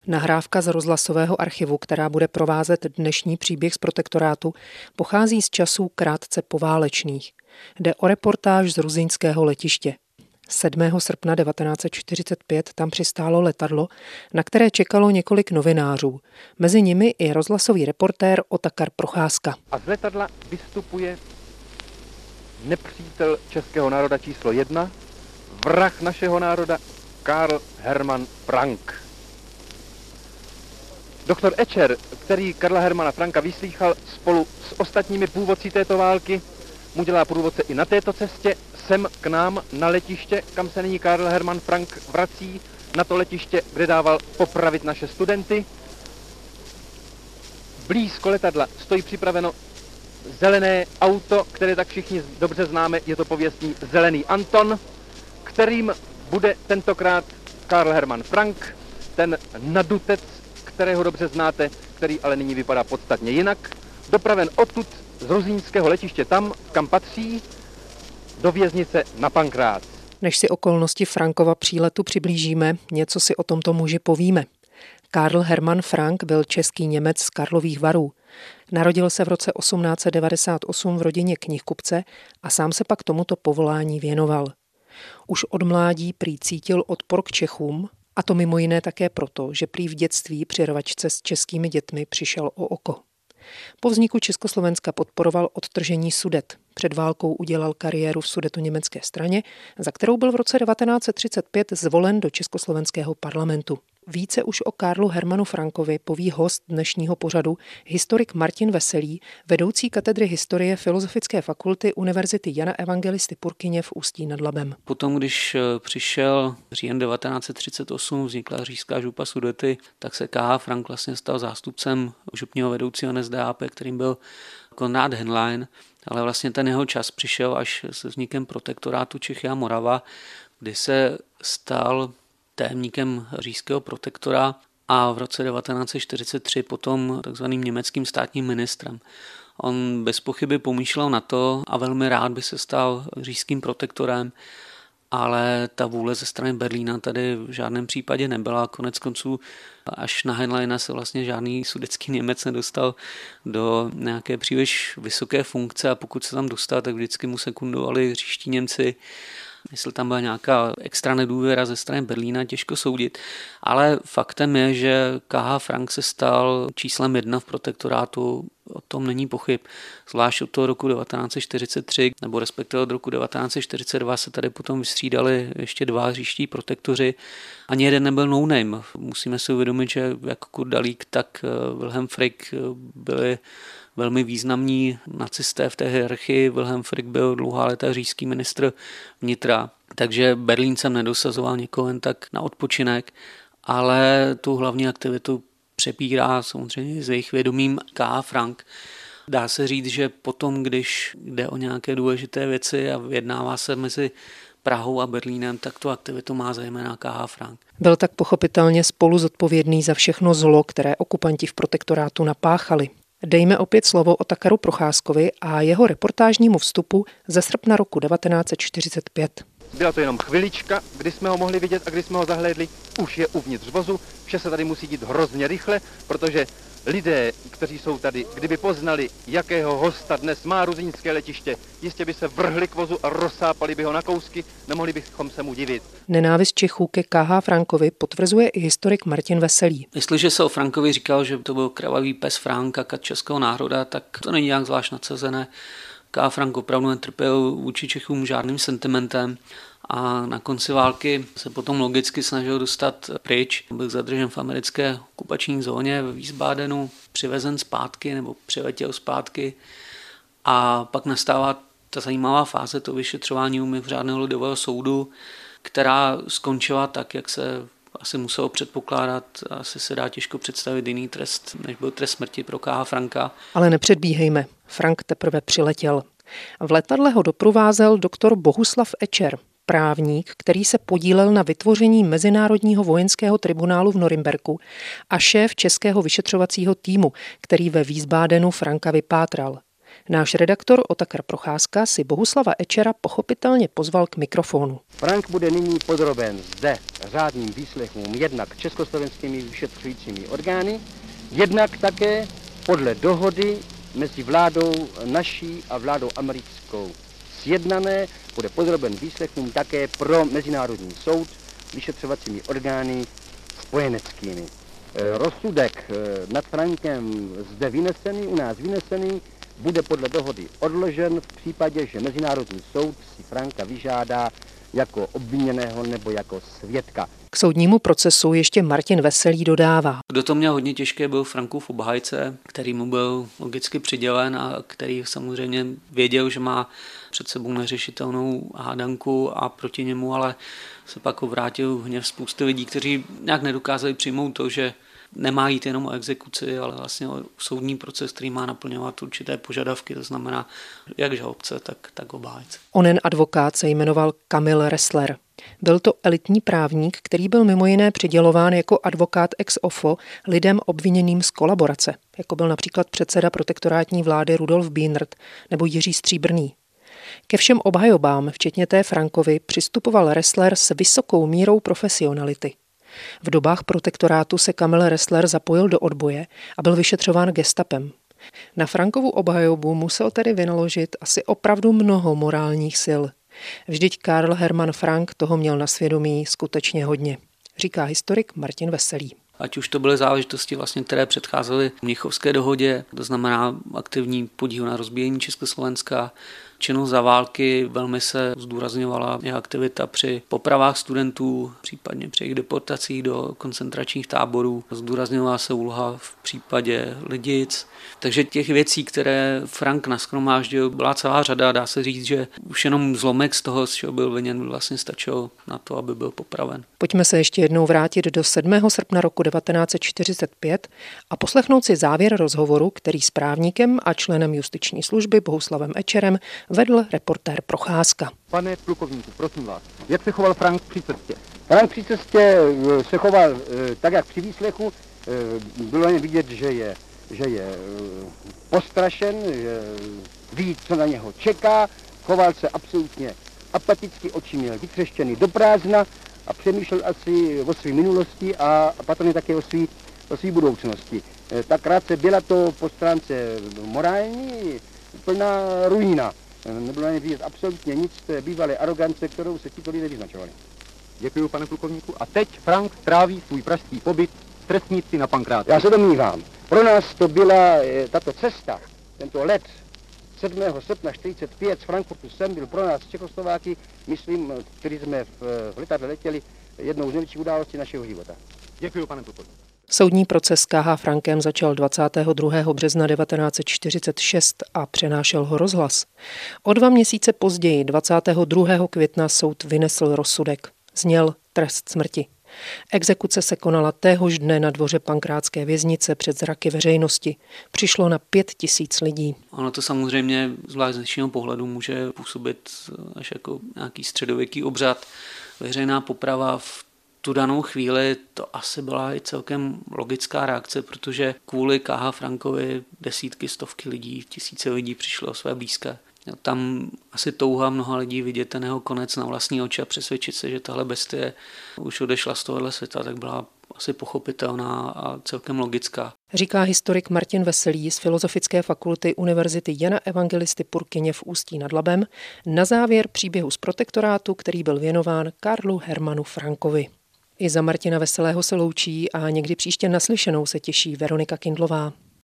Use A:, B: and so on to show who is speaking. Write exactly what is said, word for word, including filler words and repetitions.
A: Nahrávka z rozhlasového archivu, která bude provázet dnešní příběh z protektorátu, pochází z časů krátce poválečných. Jde o reportáž z ruzyňského letiště. sedmého srpna devatenáct set čtyřicet pět tam přistálo letadlo, na které čekalo několik novinářů. Mezi nimi i rozhlasový reportér Otakar Procházka.
B: A z letadla vystupuje nepřítel českého národa číslo jedna, vrah našeho národa Karl Hermann Frank. Doktor Ečer, který Karla Hermana Franka vyslýchal spolu s ostatními původci této války, mu dělá průvodce i na této cestě sem k nám na letiště, kam se nyní Karl Hermann Frank vrací, na to letiště, kde dával popravit naše studenty. Blízko letadla stojí připraveno zelené auto, které tak všichni dobře známe, je to pověstný Zelený Anton, kterým bude tentokrát Karl Hermann Frank, ten nadutec, kterého dobře znáte, který ale nyní vypadá podstatně jinak, dopraven odtud z ruzyňského letiště tam, kam patří, do věznice na Pankrác.
A: Než si okolnosti Frankova příletu přiblížíme, něco si o tomto muži povíme. Karl Hermann Frank byl český Němec z Karlových Varů. Narodil se v roce osmnáct set devadesát osm v rodině knihkupce a sám se pak tomuto povolání věnoval. Už od mládí prý cítil odpor k Čechům, a to mimo jiné také proto, že prý v dětství při rvačce s českými dětmi přišel o oko. Po vzniku Československa podporoval odtržení Sudet. Před válkou udělal kariéru v sudetoněmecké straně, za kterou byl v roce devatenáct set třicet pět zvolen do československého parlamentu. Více už o Karlu Hermannu Frankovi poví host dnešního pořadu, historik Martin Veselý, vedoucí katedry historie Filozofické fakulty Univerzity Jana Evangelisty Purkyně v Ústí nad Labem.
C: Potom, když přišel říjen devatenáct set třicet osm, vznikla říšská župa Sudety, tak se K H. Frank vlastně stal zástupcem župního vedoucího N S D A P, kterým byl Konrad Henlein, ale vlastně ten jeho čas přišel až se vznikem protektorátu Čechy a Morava, kdy se stal tajemníkem říšského protektora a v roce devatenáct set čtyřicet tři potom takzvaným německým státním ministrem. On bez pochyby pomýšlel na to a velmi rád by se stal říšským protektorem, ale ta vůle ze strany Berlína tady v žádném případě nebyla. Konec konců až na Henleina se vlastně žádný sudetský Němec nedostal do nějaké příliš vysoké funkce a pokud se tam dostal, tak vždycky mu sekundovali říští Němci. Jestli tam byla nějaká extra nedůvěra ze strany Berlína, těžko soudit. Ale faktem je, že K H. Frank se stal číslem jedna v protektorátu, o tom není pochyb. Zvlášť od toho roku devatenáct set čtyřicet tři, nebo respektive od roku devatenáct set čtyřicet dva se tady potom vystřídali ještě dva říští protektoři. Ani jeden nebyl no name. Musíme si uvědomit, že jak Kurdalík, tak Wilhelm Frick byli velmi významní nacisté v té hierarchii. Wilhelm Frick byl dlouhá léta říšský ministr vnitra, takže Berlín sem nedosazoval někoho jen tak na odpočinek, ale tu hlavní aktivitu přepírá samozřejmě s jejich vědomím K H. Frank. Dá se říct, že potom, když jde o nějaké důležité věci a vyjednává se mezi Prahou a Berlínem, tak tu aktivitu má zejména K H. Frank.
A: Byl tak pochopitelně spolu zodpovědný za všechno zlo, které okupanti v protektorátu napáchali. Dejme opět slovo Otakaru Procházkovi a jeho reportážnímu vstupu ze srpna roku devatenáct set čtyřicet pět.
B: Byla to jenom chvilička, kdy jsme ho mohli vidět a kdy jsme ho zahlédli. Už je uvnitř vozu, vše se tady musí dít hrozně rychle, protože lidé, kteří jsou tady, kdyby poznali, jakého hosta dnes má ruzyňské letiště, jistě by se vrhli k vozu a rozsápali by ho na kousky, nemohli bychom se mu divit.
A: Nenávist Čechů ke K H. Frankovi potvrzuje i historik Martin Veselý.
C: Jestliže se o Frankovi říkal, že to byl krvavý pes Frank a kat českého národa, tak to není nějak zvlášť nadsazené. K H. Frank opravdu netrpěl vůči Čechům žádným sentimentem a na konci války se potom logicky snažil dostat pryč. Byl zadržen v americké okupační zóně ve Wiesbadenu, přivezen zpátky nebo přiletěl zpátky a pak nastává ta zajímavá fáze to vyšetřování u mimořádného lidového soudu, která skončila tak, jak se asi muselo předpokládat. Asi se dá těžko představit jiný trest, než byl trest smrti pro K H. Franka.
A: Ale nepředbíhejme, Frank teprve přiletěl. V letadle ho doprovázel doktor Bohuslav Ečer, právník, který se podílel na vytvoření Mezinárodního vojenského tribunálu v Norimberku a šéf českého vyšetřovacího týmu, který ve Wiesbadenu Franka vypátral. Náš redaktor Otakar Procházka si Bohuslava Ečera pochopitelně pozval k mikrofonu.
D: Frank bude nyní podroben zde řádným výslechům jednak československými vyšetřujícími orgány, jednak také podle dohody mezi vládou naší a vládou americkou sjednané, bude podroben výslechům také pro Mezinárodní soud vyšetřovacími orgány spojeneckými. Rozsudek nad Frankem zde vynesený, u nás vynesený, bude podle dohody odložen v případě, že Mezinárodní soud si Franka vyžádá jako obviněného nebo jako svědka.
A: K soudnímu procesu ještě Martin Veselý dodává.
C: Kdo to měl hodně těžké, byl Frankův obhájce, který mu byl logicky přidělen a který samozřejmě věděl, že má před sebou neřešitelnou hádanku a proti němu, ale se pak obrátil hněv spousty lidí, kteří nějak nedokázali přijmout to, že nemá jít jenom o exekuci, ale vlastně o soudní proces, který má naplňovat určité požadavky, to znamená jak žalobce, tak, tak obhájce.
A: Onen advokát se jmenoval Kamil Ressler. Byl to elitní právník, který byl mimo jiné přidělován jako advokát ex ofo lidem obviněným z kolaborace, jako byl například předseda protektorátní vlády Rudolf Bienert nebo Jiří Stříbrný. Ke všem obhajobám, včetně té Frankovi, přistupoval Ressler s vysokou mírou profesionality. V dobách protektorátu se Kamil Ressler zapojil do odboje a byl vyšetřován gestapem. Na Frankovu obhajobu musel tedy vynaložit asi opravdu mnoho morálních sil. Vždyť Karl Hermann Frank toho měl na svědomí skutečně hodně, říká historik Martin Veselý.
C: Ať už to byly záležitosti, vlastně, které předcházely Mnichovské dohodě, to znamená aktivní podíl na rozbíjení Československa, činnost za války, velmi se zdůrazňovala i aktivita při popravách studentů, případně při jejich deportacích do koncentračních táborů. Zdůrazňovala se úloha v případě Lidic. Takže těch věcí, které Frank nashromáždil, byla celá řada. Dá se říct, že už jenom zlomek z toho, z čeho byl viněn, vlastně stačil na to, aby byl popraven.
A: Pojďme se ještě jednou vrátit do sedmého srpna roku devatenáct set čtyřicet pět a poslechnout si závěr rozhovoru, který s právníkem a členem justiční služby Bohuslavem Ečerem vedl reportér Procházka.
B: Pane plukovníku, prosím vás, jak se choval Frank při cestě?
D: Frank při cestě se choval tak, jak při výslechu. Bylo jen vidět, že je, že je postrašen, že ví, co na něho čeká. Choval se absolutně apaticky, oči měl vytřeštěný do prázdna a přemýšlel asi o své minulosti a patrně také o své o své budoucnosti. Tak krátce byla to po stránce morální plná ruína. Nebylo ani vidět absolutně nic z té bývalé arogance, kterou se tito lidé vyznačovali.
B: Děkuji, pane plukovníku. A teď Frank tráví svůj pražský pobyt v trestnici na Pankrátu.
D: Já se domnívám, pro nás to byla tato cesta, tento let sedmého srpna čtyřicet pět z Frankfurtu sem byl pro nás Čechoslováky, myslím, který jsme v, v letadle letěli, jednou z největších událostí našeho života.
B: Děkuji, pane plukovníku.
A: Soudní proces s K H Frankem začal dvacátého druhého března devatenáct set čtyřicet šest a přenášel ho Rozhlas. O dva měsíce později, dvacátého druhého května, soud vynesl rozsudek. Zněl trest smrti. Exekuce se konala téhož dne na dvoře Pankrátské věznice před zraky veřejnosti. Přišlo na pět tisíc lidí.
C: Ono to samozřejmě zvlášť z dnešního pohledu může působit až jako nějaký středověký obřad. Veřejná poprava v tu danou chvíli to asi byla i celkem logická reakce, protože kvůli K H Frankovi desítky, stovky lidí, tisíce lidí přišlo o své blízké. Tam asi touha mnoha lidí vidět ten jeho konec na vlastní oči a přesvědčit se, že tahle bestie už odešla z tohohle světa, tak byla asi pochopitelná a celkem logická.
A: Říká historik Martin Veselý z Filozofické fakulty Univerzity Jana Evangelisty Purkyně v Ústí nad Labem na závěr příběhu z protektorátu, který byl věnován Karlu Hermannu Frankovi. I za Martina Veselého se loučí a někdy příště naslyšenou se těší Veronika Kindlová.